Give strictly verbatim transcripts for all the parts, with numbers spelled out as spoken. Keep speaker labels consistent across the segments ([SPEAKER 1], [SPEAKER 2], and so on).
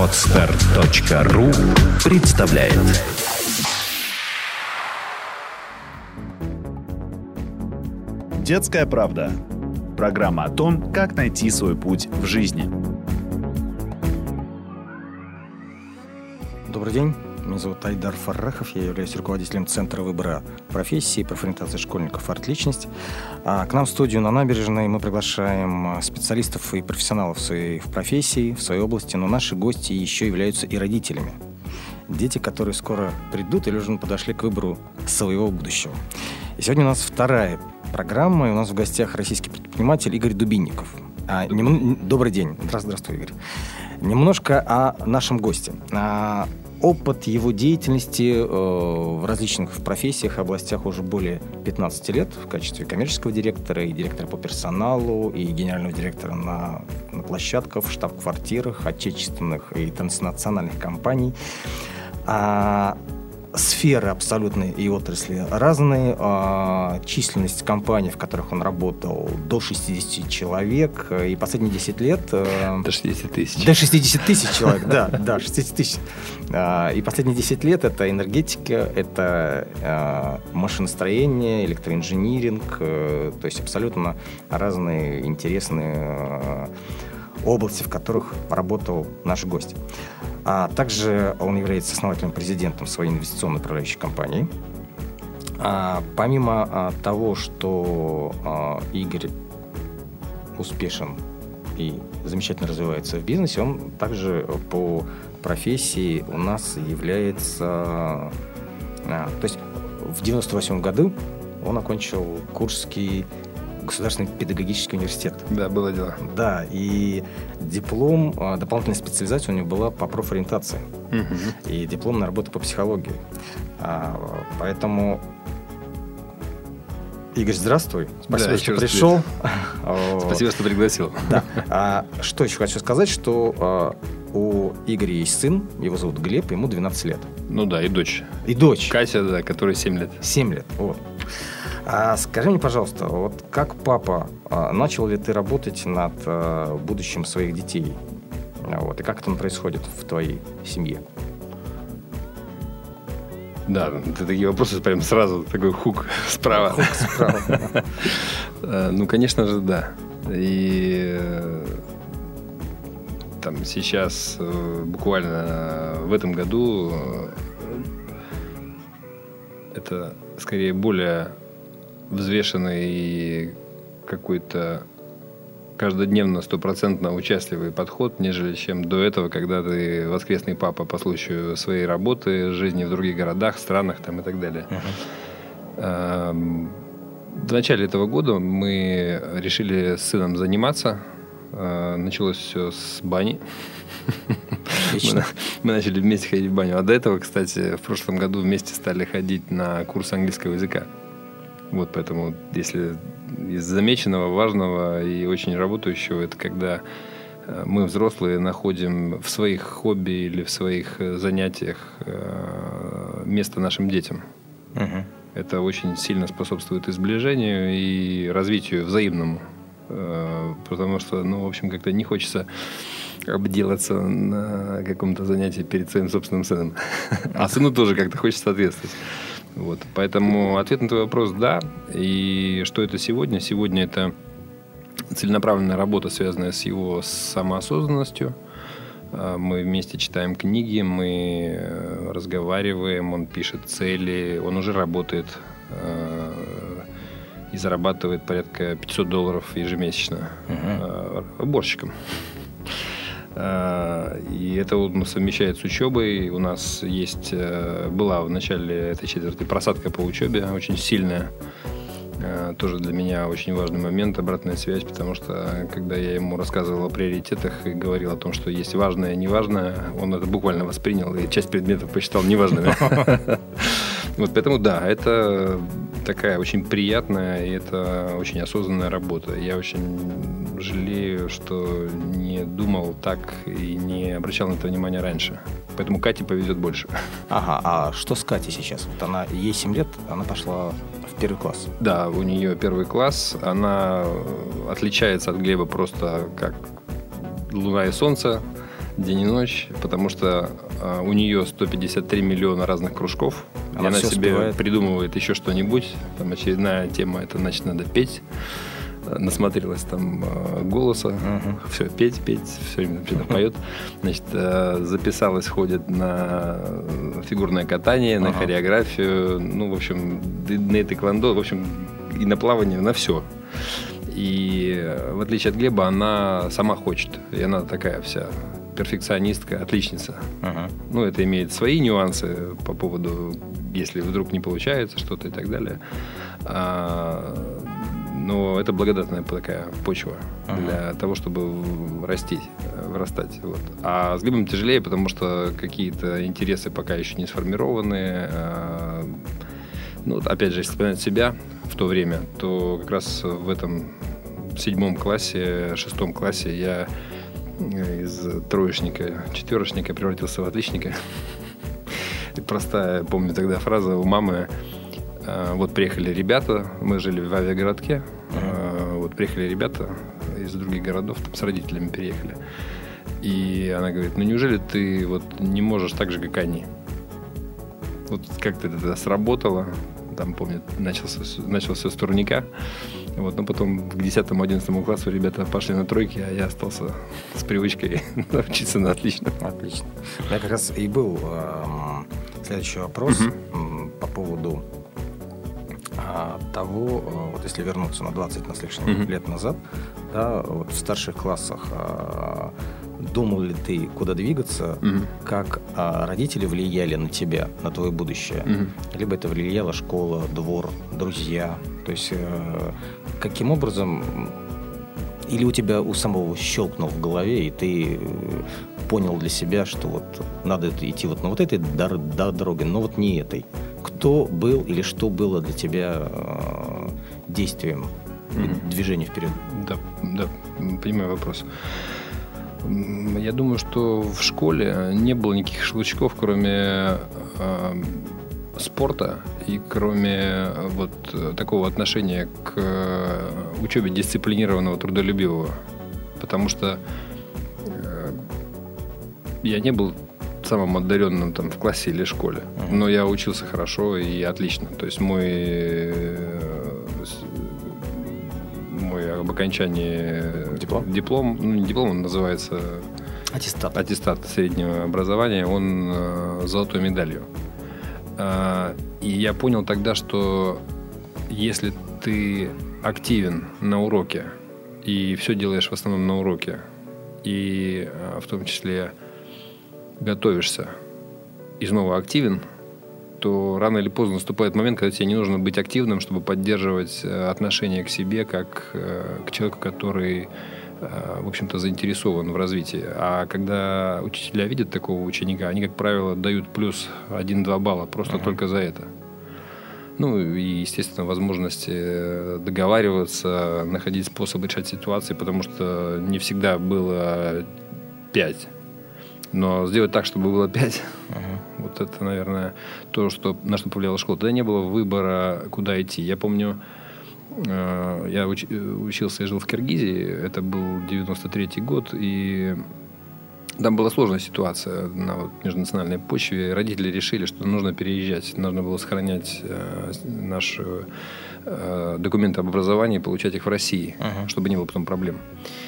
[SPEAKER 1] Подстер точка ру представляет.
[SPEAKER 2] Детская правда. Программа о том, как найти свой путь в жизни.
[SPEAKER 3] Добрый день. Меня зовут Айдар Фаррахов. Я являюсь руководителем Центра выбора профессии, профориентации школьников «Арт-личность». А к нам в студию на Набережной мы приглашаем специалистов и профессионалов в своей в профессии, в своей области, но наши гости еще являются и родителями. Дети, которые скоро придут или уже подошли к выбору своего будущего. И сегодня у нас вторая программа, и у нас в гостях российский предприниматель Игорь Дубинников. А, нем... Добрый день. Здравствуй, Игорь. Немножко о нашем госте. А, опыт его деятельности э, в различных профессиях, областях уже более пятнадцати лет в качестве коммерческого директора и директора по персоналу, и генерального директора на, на площадках, в штаб-квартирах отечественных и транснациональных компаний. А, сферы абсолютно и отрасли разные. А, численность компаний, в которых он работал, до шестидесяти человек. И последние десять лет... А,
[SPEAKER 4] до шестидесяти тысяч.
[SPEAKER 3] До шестидесяти тысяч человек, да, да, шестьдесят тысяч. А, и последние десять лет это энергетика, это а, машиностроение, электроинжиниринг, а, то есть абсолютно разные интересные а, области, в которых работал наш гость. А также он является основателем, президентом своей инвестиционной управляющей компании. А помимо а, того, что а, Игорь успешен и замечательно развивается в бизнесе, он также по профессии у нас является... А, то есть в девяносто восьмом году он окончил Курский государственный педагогический университет.
[SPEAKER 4] Да, было дело.
[SPEAKER 3] Да, и диплом, дополнительная специализация у него была по профориентации. Угу. И дипломная работа по психологии. А, поэтому, Игорь, здравствуй. Спасибо,
[SPEAKER 4] да,
[SPEAKER 3] что пришел.
[SPEAKER 4] Спасибо, что пригласил.
[SPEAKER 3] Да. А, что еще хочу сказать, что а, у Игоря есть сын, его зовут Глеб, ему двенадцать лет.
[SPEAKER 4] Ну да, и дочь.
[SPEAKER 3] И дочь.
[SPEAKER 4] Катя, да, которой семь лет.
[SPEAKER 3] семь лет, вот. А скажи мне, пожалуйста, вот как папа, а, начал ли ты работать над а, будущим своих детей? Вот, и как это происходит в твоей семье?
[SPEAKER 4] Да, ты такие вопросы прям сразу, такой хук справа.
[SPEAKER 3] Хук справа.
[SPEAKER 4] Ну, конечно же, да. И там сейчас, буквально в этом году, это скорее более взвешенный и какой-то каждодневно стопроцентно участливый подход, нежели чем до этого, когда ты воскресный папа по случаю своей работы, жизни в других городах, странах там, и так далее. Uh-huh. В начале этого года мы решили с сыном заниматься. Началось все с бани. Мы, мы начали вместе ходить в баню. А до этого, кстати, в прошлом году вместе стали ходить на курс английского языка. Вот, поэтому, если из замеченного, важного и очень работающего, это когда мы, взрослые, находим в своих хобби или в своих занятиях место нашим детям. Uh-huh. Это очень сильно способствует и сближению, и развитию взаимному. Потому что, ну, в общем, как-то не хочется обделаться на каком-то занятии перед своим собственным сыном. А сыну тоже как-то хочется соответствовать. Вот. Поэтому ответ на твой вопрос – да. И что это сегодня? Сегодня это целенаправленная работа, связанная с его самоосознанностью. Мы вместе читаем книги, мы разговариваем, он пишет цели, он уже работает и зарабатывает порядка пятьсот долларов ежемесячно uh-huh. уборщиком. И это он совмещает с учебой. У нас есть, была в начале этой четверти просадка по учебе, очень сильная. Тоже для меня очень важный момент, обратная связь, потому что когда я ему рассказывал о приоритетах и говорил о том, что есть важное и неважное, он это буквально воспринял и часть предметов посчитал неважными. Вот, поэтому да, это такая очень приятная и это очень осознанная работа. Я очень жалею, что не думал так и не обращал на это внимание раньше. Поэтому Кате повезет больше.
[SPEAKER 3] Ага, а что с Катей сейчас? Вот она, ей семь лет, она пошла в первый класс.
[SPEAKER 4] Да, у нее первый класс. Она отличается от Глеба просто как луна и солнце. день и ночь, потому что а, у нее сто пятьдесят три миллиона разных кружков. Она, и она себе успевает. Придумывает еще что-нибудь. Там очередная тема, это значит, надо петь. Насмотрелась там э, голоса, uh-huh. все, петь, петь, все время uh-huh. поет. Значит, э, записалась, ходит на фигурное катание, uh-huh. на хореографию, ну, в общем, на тэквондо, в общем, и на плавание, на все. И в отличие от Глеба, она сама хочет. И она такая вся перфекционистка, отличница. Uh-huh. Ну, это имеет свои нюансы по поводу, если вдруг не получается что-то и так далее. А, но это благодатная такая почва uh-huh. для того, чтобы растить, вырастать. Вот. А с Глебом тяжелее, потому что какие-то интересы пока еще не сформированы. А, ну, опять же, если вспоминать себя в то время, то как раз в этом седьмом классе, шестом классе я из троечника, четверочника превратился в отличника. Простая, помню тогда фраза у мамы. Вот приехали ребята, мы жили в авиагородке, uh-huh. вот приехали ребята из других городов, там, с родителями переехали. И она говорит, ну неужели ты вот не можешь так же, как они? Вот как-то это тогда сработало. Там, помню, начался, начался с турника. Вот, но потом к десятому-одиннадцатому классу ребята пошли на тройки, а я остался с привычкой учиться на отлично.
[SPEAKER 3] Отлично. У меня как раз и был э, следующий вопрос uh-huh. по поводу э, того, э, вот если вернуться на двадцать на с лишним uh-huh. лет назад, да, вот в старших классах э, думал ли ты, куда двигаться, uh-huh. как а, родители влияли на тебя, на твое будущее? Uh-huh. Либо это влияла школа, двор, друзья. То есть э, каким образом... Или у тебя у самого щелкнул в голове, и ты понял для себя, что вот надо идти вот на вот этой дор- дор- дороге, но вот не этой. Кто был или что было для тебя э, действием, uh-huh. движением вперед?
[SPEAKER 4] Да, да, понимаю вопрос. Я думаю, что в школе не было никаких шелчков, кроме э, спорта и кроме вот такого отношения к учебе дисциплинированного, трудолюбивого. Потому что э, я не был самым одаренным там, в классе или школе, uh-huh. но я учился хорошо и отлично. То есть мой... об окончании
[SPEAKER 3] диплом,
[SPEAKER 4] диплом ну не диплом, он называется
[SPEAKER 3] аттестат,
[SPEAKER 4] аттестат среднего образования, он э, с золотой медалью. Э, и я понял тогда, что если ты активен на уроке и все делаешь в основном на уроке, и э, в том числе готовишься и снова активен, то рано или поздно наступает момент, когда тебе не нужно быть активным, чтобы поддерживать отношение к себе, как к человеку, который, в общем-то, заинтересован в развитии. А когда учителя видят такого ученика, они, как правило, дают плюс один-два балла просто uh-huh. только за это. Ну и, естественно, возможности договариваться, находить способы решать ситуации, потому что не всегда было пять. Но сделать так, чтобы было пять, uh-huh. вот это, наверное, то, что, на что повлияла школа. Тогда не было выбора, куда идти. Я помню, э, я уч, учился и жил в Киргизии. Это был девяносто третий год. И там была сложная ситуация на вот, межнациональной почве. Родители решили, что нужно переезжать. Нужно было сохранять э, наши э, документы об образовании, получать их в России, uh-huh. чтобы не было потом проблем.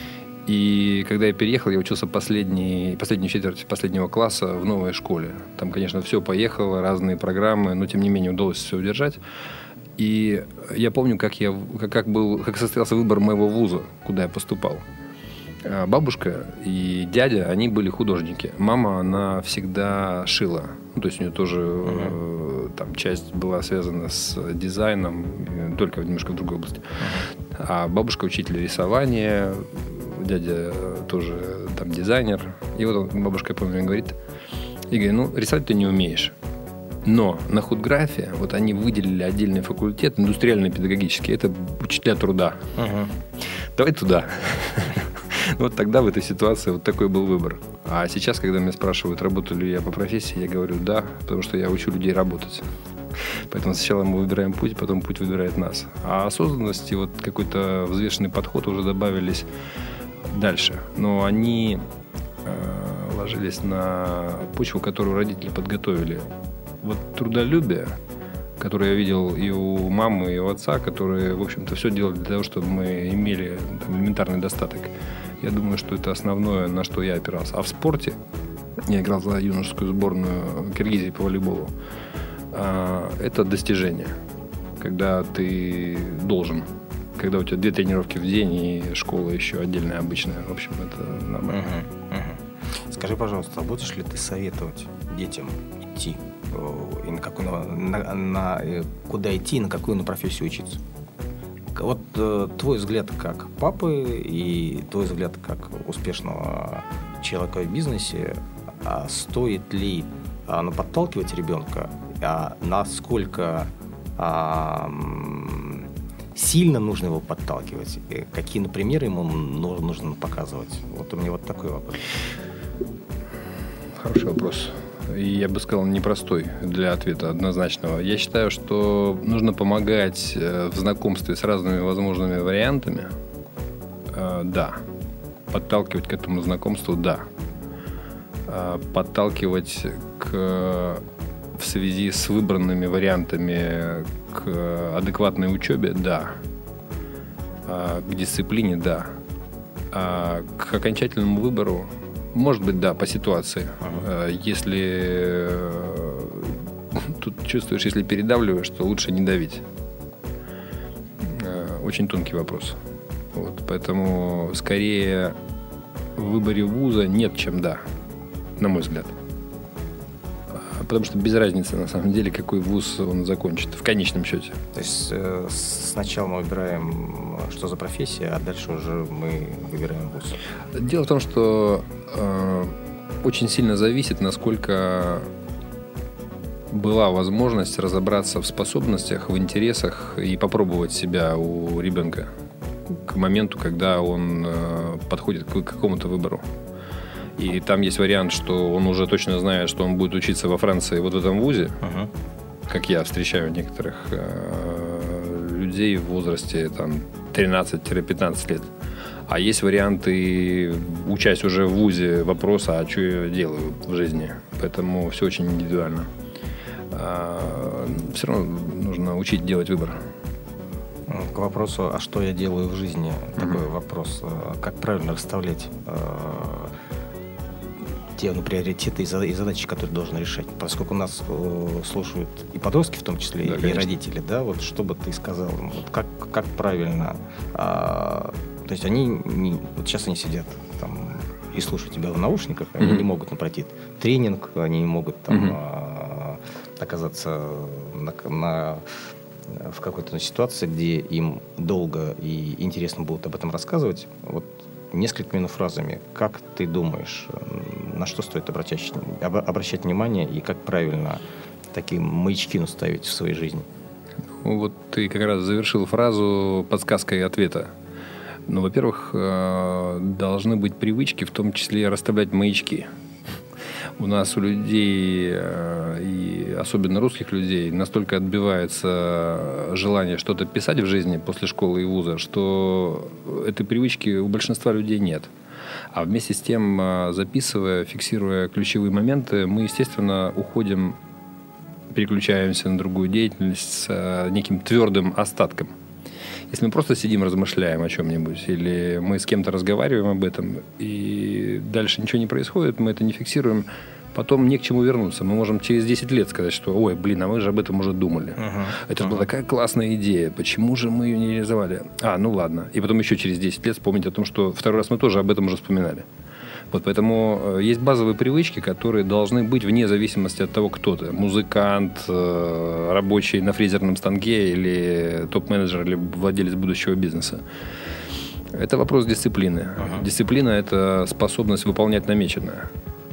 [SPEAKER 4] И когда я переехал, я учился последний, последнюю четверть последнего класса в новой школе. Там, конечно, все поехало, разные программы, но, тем не менее, удалось все удержать. И я помню, как, я, как, был, как состоялся выбор моего вуза, куда я поступал. Бабушка и дядя, они были художники. Мама, она всегда шила. Ну, то есть у нее тоже uh-huh. там, часть была связана с дизайном, только немножко в другой области. Uh-huh. А бабушка учитель рисования, дядя тоже там дизайнер. И вот он, бабушка, я помню, говорит, Игорь, ну, рисовать ты не умеешь. Но на худграфе вот они выделили отдельный факультет, индустриально-педагогический. Это учителя труда. Uh-huh. Давай туда. Вот тогда в этой ситуации вот такой был выбор. А сейчас, когда меня спрашивают, работаю ли я по профессии, я говорю да, потому что я учу людей работать. Поэтому сначала мы выбираем путь, потом путь выбирает нас. А осознанность и вот какой-то взвешенный подход уже добавились дальше. Но они э, ложились на почву, которую родители подготовили. Вот трудолюбие, которое я видел и у мамы, и у отца, которые, в общем-то, все делали для того, чтобы мы имели там, элементарный достаток. Я думаю, что это основное, на что я опирался. А в спорте я играл за юношескую сборную Киргизии по волейболу. Это достижение, когда ты должен, когда у тебя две тренировки в день и школа еще отдельная, обычная. В общем, это нормально.
[SPEAKER 3] Угу, угу. Скажи, пожалуйста, будешь ли ты советовать детям идти и на какую, на, на, куда идти и на какую на профессию учиться? Вот э, твой взгляд как папы и твой взгляд как успешного человека в бизнесе, а стоит ли а, ну, подталкивать ребенка, а насколько а, сильно нужно его подталкивать, и какие, например, ему нужно показывать? Вот у меня вот такой вопрос.
[SPEAKER 4] Хороший вопрос. И я бы сказал, непростой для ответа однозначного. Я считаю, что нужно помогать в знакомстве с разными возможными вариантами. Да. Подталкивать к этому знакомству, да. Подталкивать к, в связи с выбранными вариантами к адекватной учебе, да. К дисциплине, да. А к окончательному выбору, может быть, да, по ситуации. Ага. Если тут чувствуешь, если передавливаешь, то лучше не давить. Очень тонкий вопрос. Вот, поэтому скорее в выборе вуза нет, чем да, на мой взгляд. Потому что без разницы, на самом деле, какой вуз он закончит, в конечном счете.
[SPEAKER 3] То есть э, сначала мы выбираем, что за профессия, а дальше уже мы выбираем вуз.
[SPEAKER 4] Дело в том, что э, очень сильно зависит, насколько была возможность разобраться в способностях, в интересах и попробовать себя у ребенка к моменту, когда он э, подходит к какому-то выбору. И там есть вариант, что он уже точно знает, что он будет учиться во Франции вот в этом вузе, uh-huh. как я встречаю некоторых э, людей в возрасте там, тринадцать-пятнадцать лет. А есть варианты, учась уже в вузе, вопроса, а что я делаю в жизни. Поэтому все очень индивидуально. А, все равно нужно учить делать выбор.
[SPEAKER 3] К вопросу, а что я делаю в жизни, uh-huh. такой вопрос. Как правильно расставлять те ну, приоритеты и задачи, которые должен решать. Поскольку нас э, слушают и подростки, в том числе, да, и конечно. Родители, да, вот что бы ты сказал, вот как, как правильно, а, то есть они, не, вот сейчас они сидят там и слушают тебя в наушниках, они mm-hmm. не могут ну, пройти тренинг, они не могут там mm-hmm. а, оказаться на, на, в какой-то ну, ситуации, где им долго и интересно будут об этом рассказывать. Вот несколькими фразами, как ты думаешь, на что стоит обращать, обращать внимание и как правильно такие маячки наставить в своей жизни?
[SPEAKER 4] Ну, вот ты как раз завершил фразу подсказкой ответа. Ну, во-первых, должны быть привычки, в том числе расставлять маячки. У нас, у людей, и особенно русских людей, настолько отбивается желание что-то писать в жизни после школы и вуза, что этой привычки у большинства людей нет. А вместе с тем, записывая, фиксируя ключевые моменты, мы, естественно, уходим, переключаемся на другую деятельность с неким твердым остатком. Если мы просто сидим, размышляем о чем-нибудь, или мы с кем-то разговариваем об этом, и дальше ничего не происходит, мы это не фиксируем, потом не к чему вернуться. Мы можем через десять лет сказать, что ой, блин, а мы же об этом уже думали. Uh-huh. Это uh-huh. была такая классная идея, почему же мы ее не реализовали? А, ну ладно. И потом еще через десять лет вспомнить о том, что второй раз мы тоже об этом уже вспоминали. Вот поэтому есть базовые привычки, которые должны быть вне зависимости от того, кто ты. Музыкант, рабочий на фрезерном станке или топ-менеджер, или владелец будущего бизнеса. Это вопрос дисциплины. Uh-huh. Дисциплина – это способность выполнять намеченное.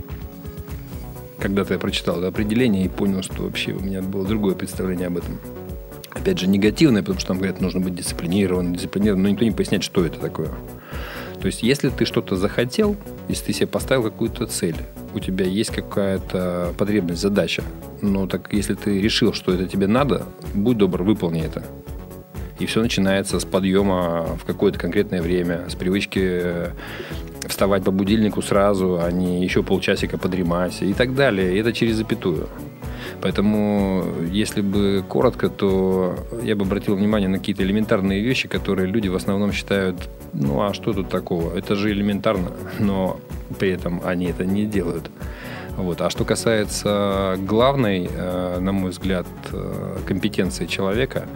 [SPEAKER 4] Когда-то я прочитал это определение и понял, что вообще у меня было другое представление об этом. Опять же, негативное, потому что там говорят, нужно быть дисциплинированным, дисциплинированным, но никто не поясняет, что это такое. То есть, если ты что-то захотел, если ты себе поставил какую-то цель, у тебя есть какая-то потребность, задача, ну так если ты решил, что это тебе надо, будь добр, выполни это. И все начинается с подъема в какое-то конкретное время, с привычки вставать по будильнику сразу, а не еще полчасика подремать и так далее. И это через запятую. Поэтому, если бы коротко, то я бы обратил внимание на какие-то элементарные вещи, которые люди в основном считают, ну а что тут такого? Это же элементарно, но при этом они это не делают. Вот. А что касается главной, на мой взгляд, компетенции человека,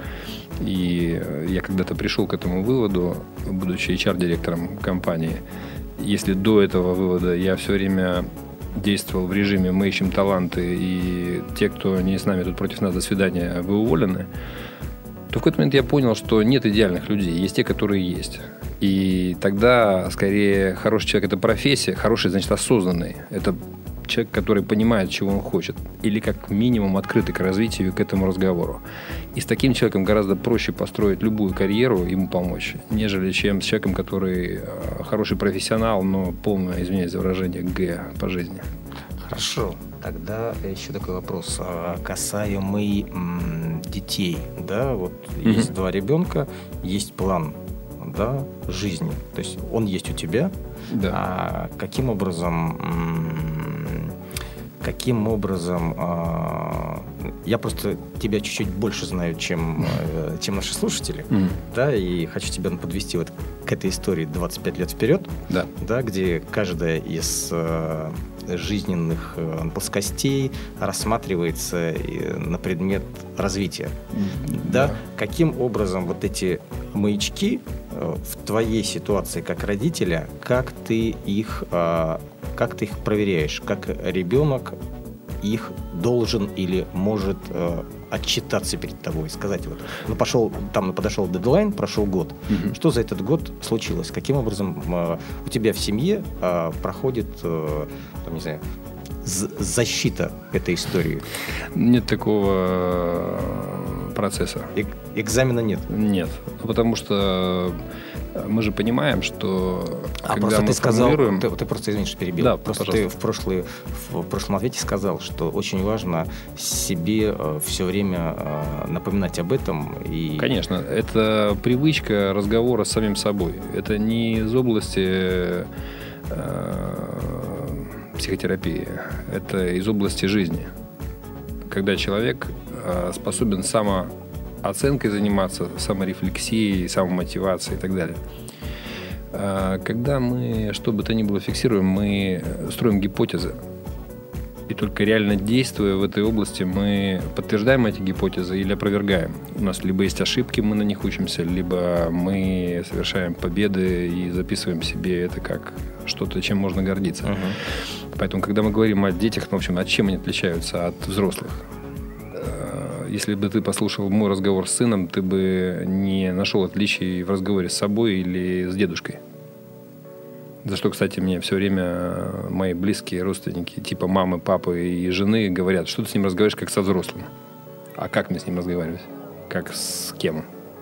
[SPEAKER 4] и я когда-то пришел к этому выводу, будучи эйч ар-директором компании, если до этого вывода я все время действовал в режиме «мы ищем таланты», и те, кто не с нами, тут против нас, до свидания, вы уволены, то в какой-то момент я понял, что нет идеальных людей, есть те, которые есть. И тогда, скорее, хороший человек – это профессия, хороший, значит, осознанный. Это человек, который понимает, чего он хочет. Или, как минимум, открытый к развитию и к этому разговору. И с таким человеком гораздо проще построить любую карьеру, ему помочь, нежели чем с человеком, который хороший профессионал, но полное, извиняюсь за выражение, Г по жизни.
[SPEAKER 3] Хорошо. Тогда еще такой вопрос. Касаемый м, детей. Да, вот mm-hmm. есть два ребенка, есть план, да, жизни. То есть он есть у тебя.
[SPEAKER 4] Да.
[SPEAKER 3] А каким образом... М, Каким образом... Э, я просто тебя чуть-чуть больше знаю, чем, э, чем наши слушатели, mm-hmm. да, и хочу тебя подвести вот к этой истории двадцать пять лет вперед,
[SPEAKER 4] да.
[SPEAKER 3] Да, где каждая из э, жизненных э, плоскостей рассматривается э, на предмет развития. Mm-hmm. Да? Да. Каким образом вот эти маячки э, в твоей ситуации как родителя, как ты их... Э, Как ты их проверяешь? Как ребенок их должен или может э, отчитаться перед тобой, сказать вот, ну пошел, там подошел дедлайн, прошел год. Mm-hmm. Что за этот год случилось? Каким образом э, у тебя в семье э, проходит, э, там, не знаю, з- защита этой истории?
[SPEAKER 4] Нет такого процесса.
[SPEAKER 3] Э- экзамена нет?
[SPEAKER 4] Нет, потому что мы же понимаем, что
[SPEAKER 3] а
[SPEAKER 4] когда
[SPEAKER 3] просто
[SPEAKER 4] мы
[SPEAKER 3] ты сказал,
[SPEAKER 4] формулируем...
[SPEAKER 3] ты, ты просто, извини, что перебил.
[SPEAKER 4] Да,
[SPEAKER 3] просто
[SPEAKER 4] пожалуйста.
[SPEAKER 3] ты в, прошлый, в прошлом ответе сказал, что очень важно себе э, все время э, напоминать об этом. И...
[SPEAKER 4] Конечно, это привычка разговора с самим собой. Это не из области э, психотерапии, это из области жизни. Когда человек э, способен само оценкой заниматься, саморефлексией, самомотивацией и так далее. Когда мы что бы то ни было фиксируем, мы строим гипотезы. И только реально действуя в этой области, мы подтверждаем эти гипотезы или опровергаем. У нас либо есть ошибки, мы на них учимся, либо мы совершаем победы и записываем себе это как что-то, чем можно гордиться. Uh-huh. Поэтому, когда мы говорим о детях, ну, в общем, от чем они отличаются от взрослых? Если бы ты послушал мой разговор с сыном, ты бы не нашел отличий в разговоре с собой или с дедушкой. За что, кстати, мне все время мои близкие родственники, типа мамы, папы и жены, говорят, что ты с ним разговариваешь как со взрослым. А как мне с ним разговаривать? Как с кем?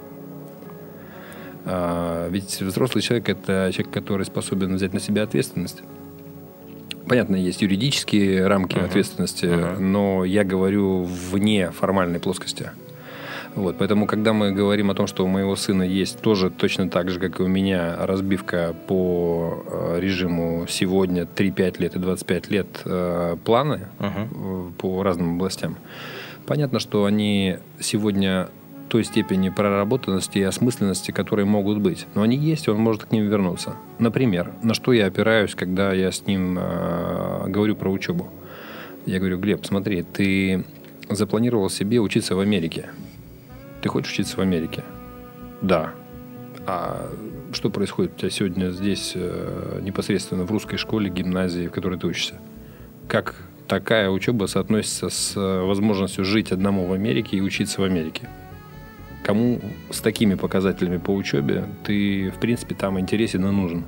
[SPEAKER 4] А, ведь взрослый человек – это человек, который способен взять на себя ответственность. Понятно, есть юридические рамки uh-huh. ответственности, uh-huh. но я говорю вне формальной плоскости. Вот, поэтому, когда мы говорим о том, что у моего сына есть тоже точно так же, как и у меня, разбивка по режиму сегодня три-пять лет и двадцать пять лет э, планы uh-huh. по разным областям, понятно, что они сегодня той степени проработанности и осмысленности, которые могут быть. Но они есть, и он может к ним вернуться. Например, на что я опираюсь, когда я с ним э, говорю про учебу. Я говорю: Глеб, смотри, ты запланировал себе учиться в Америке. Ты хочешь учиться в Америке? Да. А что происходит у тебя сегодня здесь, э, непосредственно в русской школе, гимназии, в которой ты учишься? Как такая учеба соотносится с возможностью жить одному в Америке и учиться в Америке? Кому с такими показателями по учебе ты, в принципе, там интересен и нужен?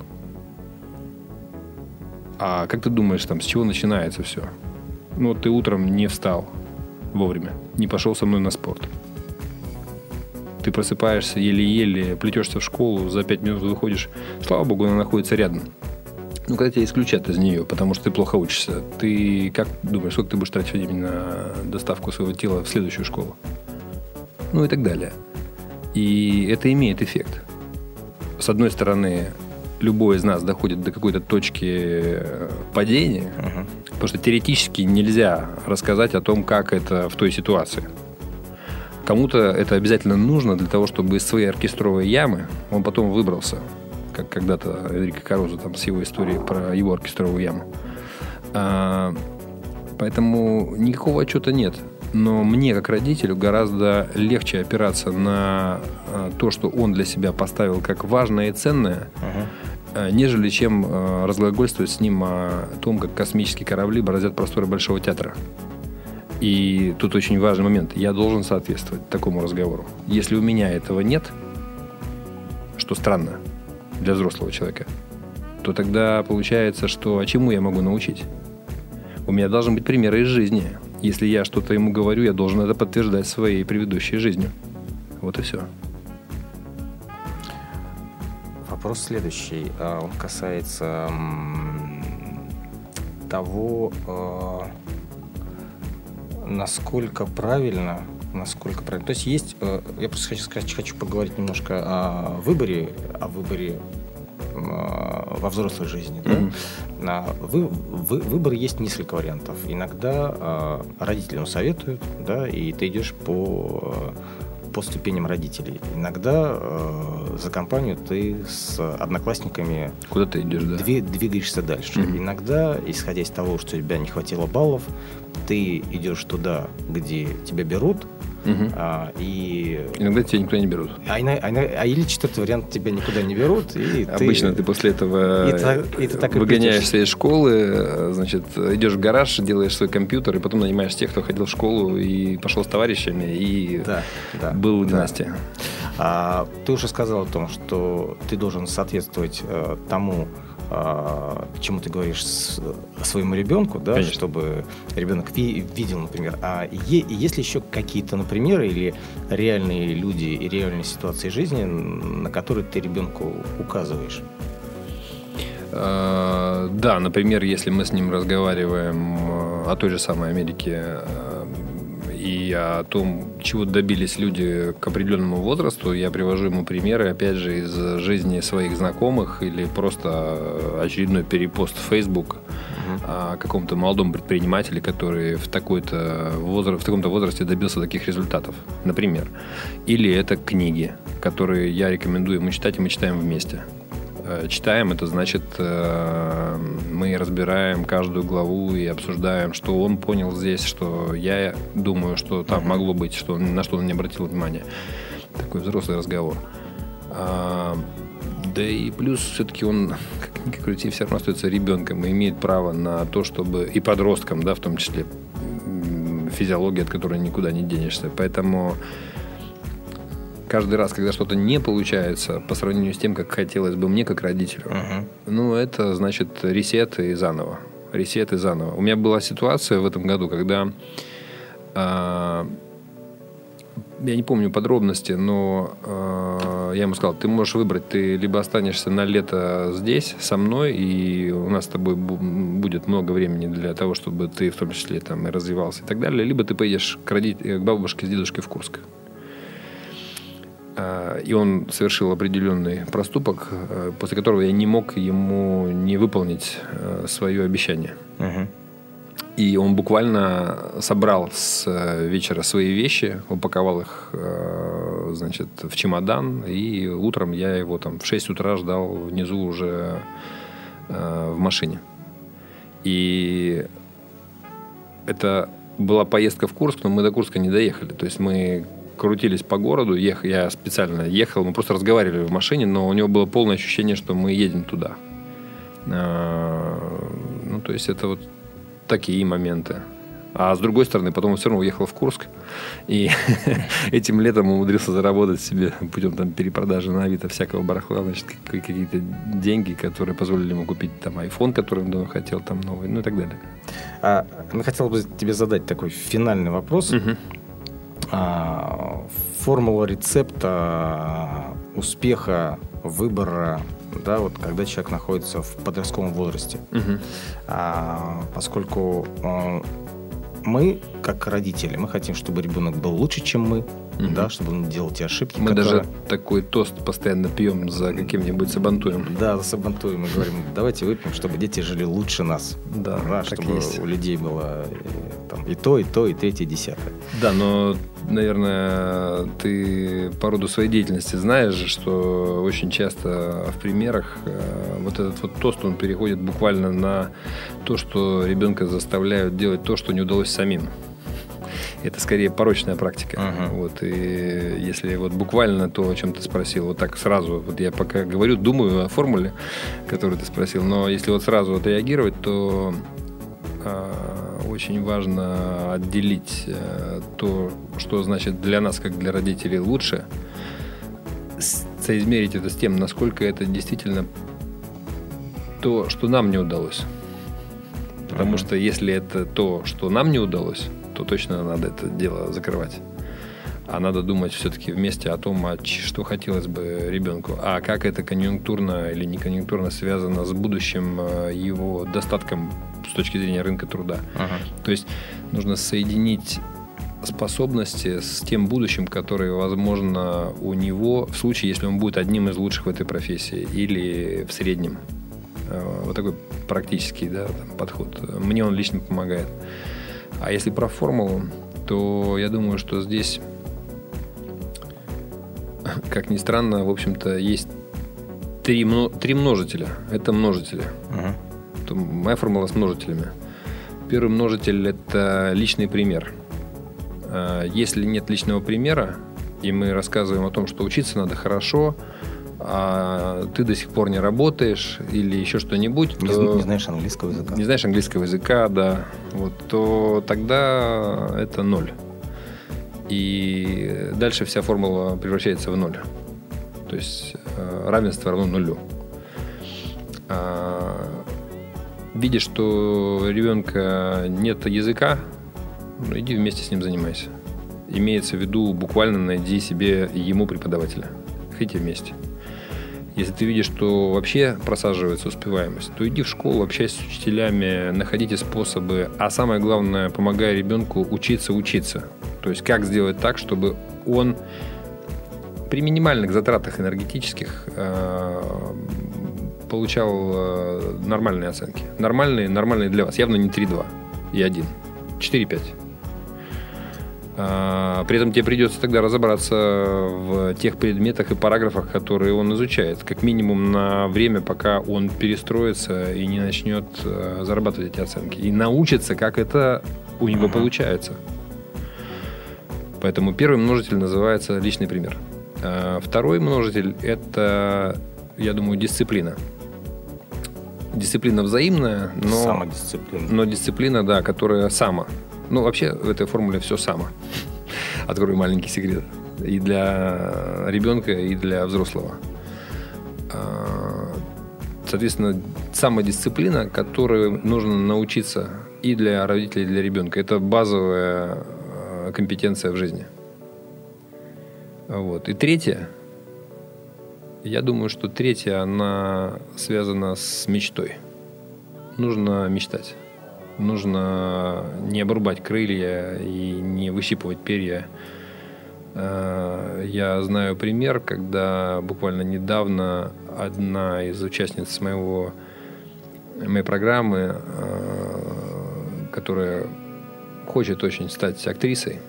[SPEAKER 4] А как ты думаешь, там, с чего начинается все? Ну, ты утром не встал вовремя, не пошел со мной на спорт. Ты просыпаешься еле-еле, плетешься в школу, за пять минут выходишь. Слава богу, она находится рядом. Ну, когда тебя исключат из нее, потому что ты плохо учишься, ты как думаешь, сколько ты будешь тратить времени на доставку своего тела в следующую школу? Ну и так далее. И это имеет эффект. С одной стороны, любой из нас доходит до какой-то точки падения, uh-huh. потому что теоретически нельзя рассказать о том, как это в той ситуации. Кому-то это обязательно нужно для того, чтобы из своей оркестровой ямы он потом выбрался, как когда-то Энрико Карузо там с его историей про его оркестровую яму. А, поэтому никакого отчета нет. Но мне, как родителю, гораздо легче опираться на то, что он для себя поставил как важное и ценное, uh-huh. нежели чем разглагольствовать с ним о том, как космические корабли бороздят просторы Большого театра. И тут очень важный момент. Я должен соответствовать такому разговору. Если у меня этого нет, что странно для взрослого человека, то тогда получается, что а чему я могу научить? У меня должны быть примеры из жизни. Если я что-то ему говорю, я должен это подтверждать своей предыдущей жизнью. Вот и все.
[SPEAKER 3] Вопрос следующий. Он касается того, насколько правильно, насколько правильно. То есть есть, я просто хочу сказать, хочу поговорить немножко о выборе, о выборе во взрослой жизни. Mm-hmm. Да? Вы, вы, выбор есть несколько вариантов. Иногда э, родителям советуют, да, и ты идешь по, по ступеням родителей. Иногда э, за компанию ты с одноклассниками
[SPEAKER 4] куда ты идешь, да?
[SPEAKER 3] Дви, двигаешься дальше. Mm-hmm. Иногда, исходя из того, что у тебя не хватило баллов, ты идешь туда, где тебя берут. Uh-huh. А, и...
[SPEAKER 4] Иногда тебя никуда не берут.
[SPEAKER 3] А, а, а или четвертый вариант, тебя никуда не берут. И
[SPEAKER 4] обычно ты, ты после этого
[SPEAKER 3] и ты, и ты так
[SPEAKER 4] выгоняешься из школы, значит, идешь в гараж, делаешь свой компьютер, и потом нанимаешь тех, кто ходил в школу и пошел с товарищами, и
[SPEAKER 3] да, да,
[SPEAKER 4] был в
[SPEAKER 3] да.
[SPEAKER 4] династии.
[SPEAKER 3] А, ты уже сказал о том, что ты должен соответствовать э, тому, чему ты говоришь своему ребенку, да, чтобы ребенок ви- видел, например. А е- есть ли еще какие-то, например, или реальные люди и реальные ситуации жизни, на которые ты ребенку указываешь?
[SPEAKER 4] Да, например, если мы с ним разговариваем о той же самой Америке и о том, чего добились люди к определенному возрасту, я привожу ему примеры, опять же, из жизни своих знакомых или просто очередной перепост в Facebook uh-huh. о каком-то молодом предпринимателе, который в, такой-то возраст, в таком-то возрасте добился таких результатов, например. Или это книги, которые я рекомендую ему читать, и мы читаем вместе. Читаем, это значит, мы разбираем каждую главу и обсуждаем, что он понял здесь, что я думаю, что там uh-huh. могло быть, что, на что он не обратил внимания. Такой взрослый разговор. А, да и плюс все-таки он, как ни крути, все равно остается ребенком и имеет право на то, чтобы... И подростком, да, в том числе. Физиология, от которой никуда не денешься. Поэтому... Каждый раз, когда что-то не получается по сравнению с тем, как хотелось бы мне, как родителю, uh-huh. ну, это значит ресет и заново. Ресет и заново. У меня была ситуация в этом году, когда э, я не помню подробности, но э, я ему сказал, ты можешь выбрать, ты либо останешься на лето здесь со мной, и у нас с тобой будет много времени для того, чтобы ты в том числе там и развивался и так далее, либо ты поедешь к, родить, к бабушке с дедушкой в Курск. И он совершил определенный проступок, после которого я не мог ему не выполнить свое обещание. Uh-huh. И он буквально собрал с вечера свои вещи, упаковал их, значит, в чемодан, и утром я его там в шесть утра ждал внизу уже в машине. И это была поездка в Курск, но мы до Курска не доехали. То есть мы крутились по городу, ех... я специально ехал, мы просто разговаривали в машине, но у него было полное ощущение, что мы едем туда. А... Ну, то есть это вот такие моменты. А с другой стороны, потом он все равно уехал в Курск, и этим летом умудрился заработать себе путем там перепродажи на Авито всякого барахла, значит, какие-то деньги, которые позволили ему купить там айфон, который он давно хотел, там новый, ну и так далее.
[SPEAKER 3] А, я хотел бы тебе задать такой финальный вопрос. Угу. А, формула рецепта успеха, выбора, да, вот когда человек находится в подростковом возрасте. Угу. А, поскольку а, мы, как родители, мы хотим, чтобы ребенок был лучше, чем мы. угу. да, чтобы он не делал те ошибки.
[SPEAKER 4] Мы
[SPEAKER 3] которые...
[SPEAKER 4] даже такой тост постоянно пьем за каким-нибудь Сабантуем.
[SPEAKER 3] Да, за Сабантуем. Мы говорим, давайте выпьем, чтобы дети жили лучше нас.
[SPEAKER 4] Да,
[SPEAKER 3] да чтобы есть. У людей было и, там, и то, и то, и третье, и десятое.
[SPEAKER 4] Да, но, наверное, ты по роду своей деятельности знаешь, что очень часто в примерах вот этот вот тост, он переходит буквально на то, что ребенка заставляют делать то, что не удалось самим. Это скорее порочная практика. Uh-huh. Вот, и если вот буквально то, о чем ты спросил, вот так сразу, вот я пока говорю, думаю о формуле, которую ты спросил, но если вот сразу отреагировать, то э, очень важно отделить э, то, что значит для нас, как для родителей, лучше, соизмерить это с тем, насколько это действительно то, что нам не удалось. Потому uh-huh. что если это то, что нам не удалось, то точно надо это дело закрывать. А надо думать все-таки вместе о том, а что хотелось бы ребенку, а как это конъюнктурно или не конъюнктурно связано с будущим его достатком с точки зрения рынка труда. Ага. То есть нужно соединить способности с тем будущим, которое возможно у него в случае, если он будет одним из лучших в этой профессии или в среднем. Вот такой практический, да, там, подход. Мне он лично помогает. А если про формулу, то я думаю, что здесь, как ни странно, в общем-то, есть три, три множителя. Это множители. Uh-huh. Моя формула с множителями. Первый множитель – это личный пример. Если нет личного примера, и мы рассказываем о том, что учиться надо хорошо, а ты до сих пор не работаешь или еще что-нибудь,
[SPEAKER 3] не,
[SPEAKER 4] то,
[SPEAKER 3] не знаешь английского языка.
[SPEAKER 4] Не знаешь английского языка, да. Вот, то тогда это ноль. И дальше вся формула превращается в ноль. То есть равенство равно нулю. Видишь, что у ребенка нет языка, ну, иди вместе с ним занимайся. Имеется в виду, буквально найди себе ему преподавателя. Ходите вместе. Если ты видишь, что вообще просаживается успеваемость, то иди в школу, общайся с учителями, находите способы, а самое главное, помогай ребенку учиться учиться. То есть как сделать так, чтобы он при минимальных затратах энергетических э, получал э, нормальные оценки. Нормальные, нормальные для вас. Явно не три-два и один. четыре-пять. При этом тебе придется тогда разобраться в тех предметах и параграфах, которые он изучает. Как минимум на время, пока он перестроится и не начнет зарабатывать эти оценки. И научится, как это у него uh-huh. получается. Поэтому первый множитель называется личный пример. Второй множитель – это, я думаю, дисциплина. Дисциплина взаимная, но,
[SPEAKER 3] самодисциплина.
[SPEAKER 4] но дисциплина, да, которая сама. Ну, вообще, в этой формуле все само. Открою маленький секрет. И для ребенка, и для взрослого. Соответственно, самодисциплина, которой нужно научиться и для родителей, и для ребенка. Это базовая компетенция в жизни. Вот. И третье. Я думаю, что третья, она связана с мечтой. Нужно мечтать. Нужно не обрубать крылья и не выщипывать перья. Я знаю пример, когда буквально недавно одна из участниц моего, моей программы, которая хочет очень стать актрисой,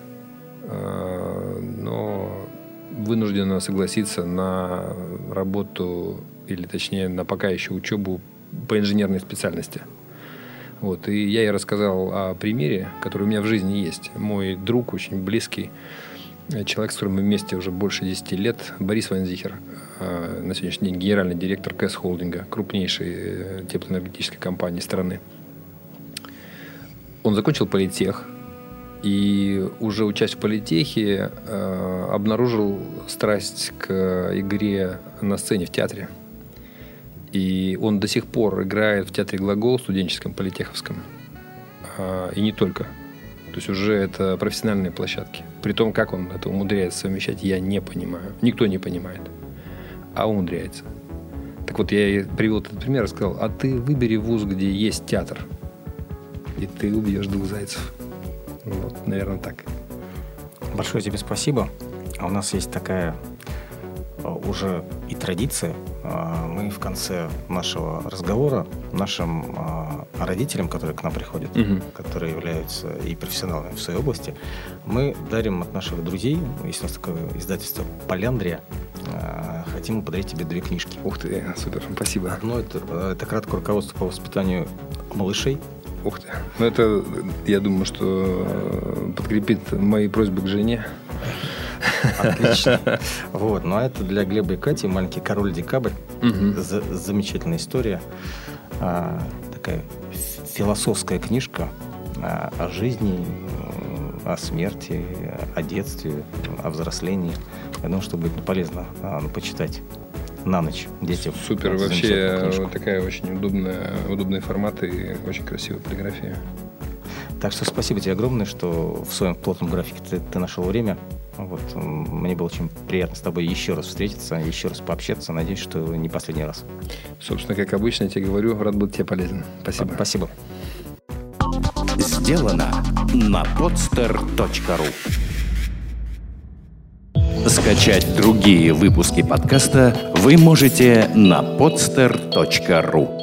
[SPEAKER 4] но вынуждена согласиться на работу, или точнее на пока еще учебу по инженерной специальности. Вот, и я ей рассказал о примере, который у меня в жизни есть. Мой друг, очень близкий, человек, с которым мы вместе уже больше десяти лет, Борис Ванзихер, на сегодняшний день генеральный директор КЭС Холдинга, крупнейшей теплоэнергетической компании страны. Он закончил политех и, уже учась в политехе, обнаружил страсть к игре на сцене в театре. И он до сих пор играет в театре «Глагол» студенческом, политеховском. И не только. То есть уже это профессиональные площадки. При том, как он это умудряется совмещать, я не понимаю. Никто не понимает. А умудряется. Так вот, я ей привел этот пример и сказал, а ты выбери вуз, где есть театр. И ты убьешь двух зайцев. Вот, наверное, так.
[SPEAKER 3] Большое тебе спасибо. у нас есть такая уже и традиция. Мы в конце нашего разговора нашим родителям, которые к нам приходят, угу. которые являются и профессионалами в своей области, мы дарим от наших друзей, есть у нас такое издательство «Поляндрия», хотим подарить тебе две книжки.
[SPEAKER 4] Ух ты, супер, спасибо.
[SPEAKER 3] Одно это, это краткое руководство по воспитанию малышей.
[SPEAKER 4] Ух ты. Ну это, я думаю, что подкрепит мои просьбы к жене.
[SPEAKER 3] Отлично. Вот, ну а это для Глеба и Кати «Маленький король Декабрь». Угу. За- замечательная история. А, такая философская книжка а, о жизни, о смерти, о детстве, о взрослении. Я думаю, что будет полезно а, почитать на ночь детям.
[SPEAKER 4] Супер, вообще такая очень удобная, удобный формат и очень красивая полиграфия.
[SPEAKER 3] Так что спасибо тебе огромное, что в своем плотном графике ты, ты нашел время. Вот, мне было очень приятно с тобой еще раз встретиться, еще раз пообщаться. Надеюсь, что не последний раз.
[SPEAKER 4] Собственно, как обычно, я тебе говорю, рад быть тебе полезен. Спасибо.
[SPEAKER 3] Спасибо.
[SPEAKER 1] Сделано на podster точка ру. Скачать другие выпуски подкаста вы можете на podster точка ру.